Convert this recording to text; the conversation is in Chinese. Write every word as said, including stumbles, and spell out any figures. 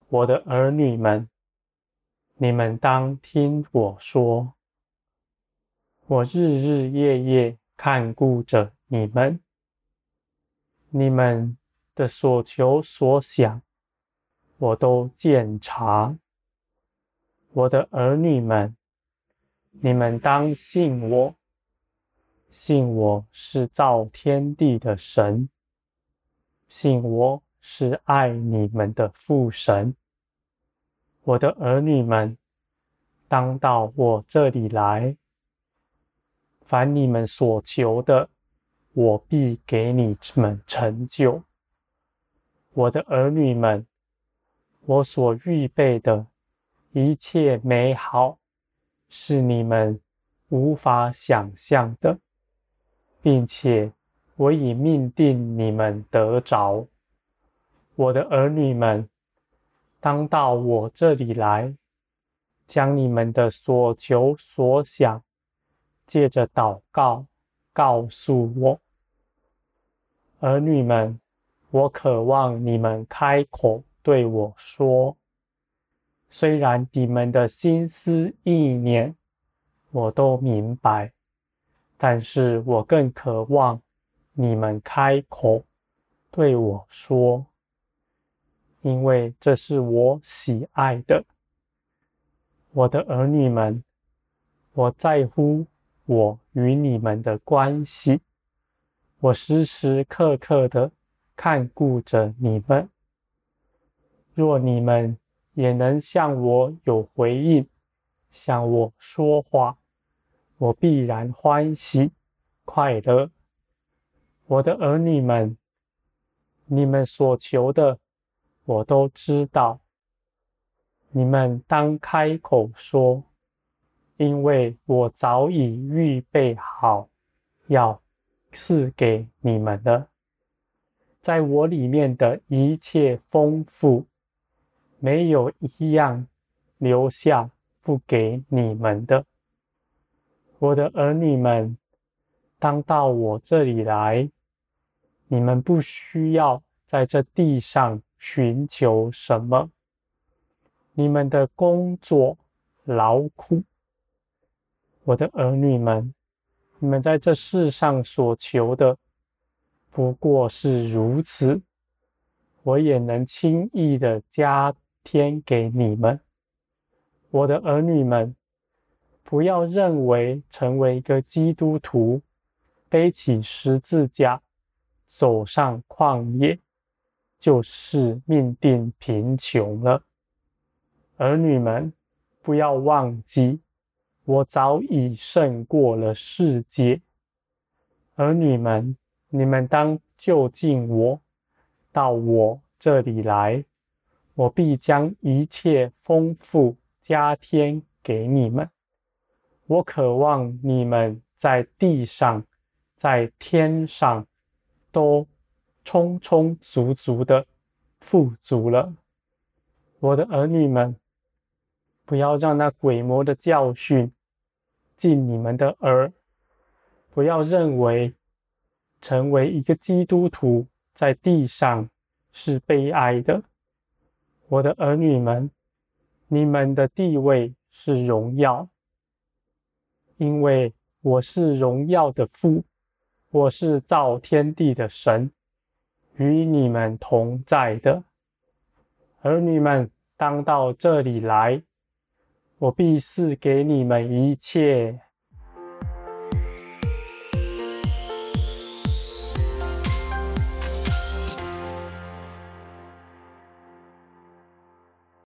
我的儿女们，你们当听我说，我日日夜夜看顾着你们，你们的所求所想，我都鉴察。我的儿女们，你们当信我，信我是造天地的神，信我是爱你们的父神。我的儿女们，当到我这里来，凡你们所求的，我必给你们成就。我的儿女们，我所预备的一切美好，是你们无法想象的，并且我已命定你们得着。我的儿女们，当到我这里来，将你们的所求所想，借着祷告告诉我。儿女们，我渴望你们开口对我说，虽然你们的心思意念我都明白，但是我更渴望你们开口对我说，因为这是我喜爱的。我的儿女们，我在乎我与你们的关系，我时时刻刻的看顾着你们。若你们也能向我有回应，向我说话，我必然欢喜快乐。我的儿女们，你们所求的，我都知道。你们当开口说，因为我早已预备好，要赐给你们的。在我里面的一切丰富，没有一样留下不给你们的。我的儿女们，当到我这里来，你们不需要在这地上寻求什么。你们的工作劳苦，我的儿女们，你们在这世上所求的不过是如此，我也能轻易的加添给你们。我的儿女们，不要认为成为一个基督徒，背起十字架，走上旷野，就是命定贫穷了。儿女们，不要忘记，我早已胜过了世界。儿女们，你们当就近我，到我这里来，我必将一切丰富加添给你们。我渴望你们在地上，在天上，都充充足足的富足了。我的儿女们，不要让那鬼魔的教训进你们的耳，不要认为成为一个基督徒在地上是悲哀的。我的儿女们，你们的地位是荣耀，因为我是荣耀的父，我是造天地的神，与你们同在的。儿女们，当到这里来，我必赐给你们一切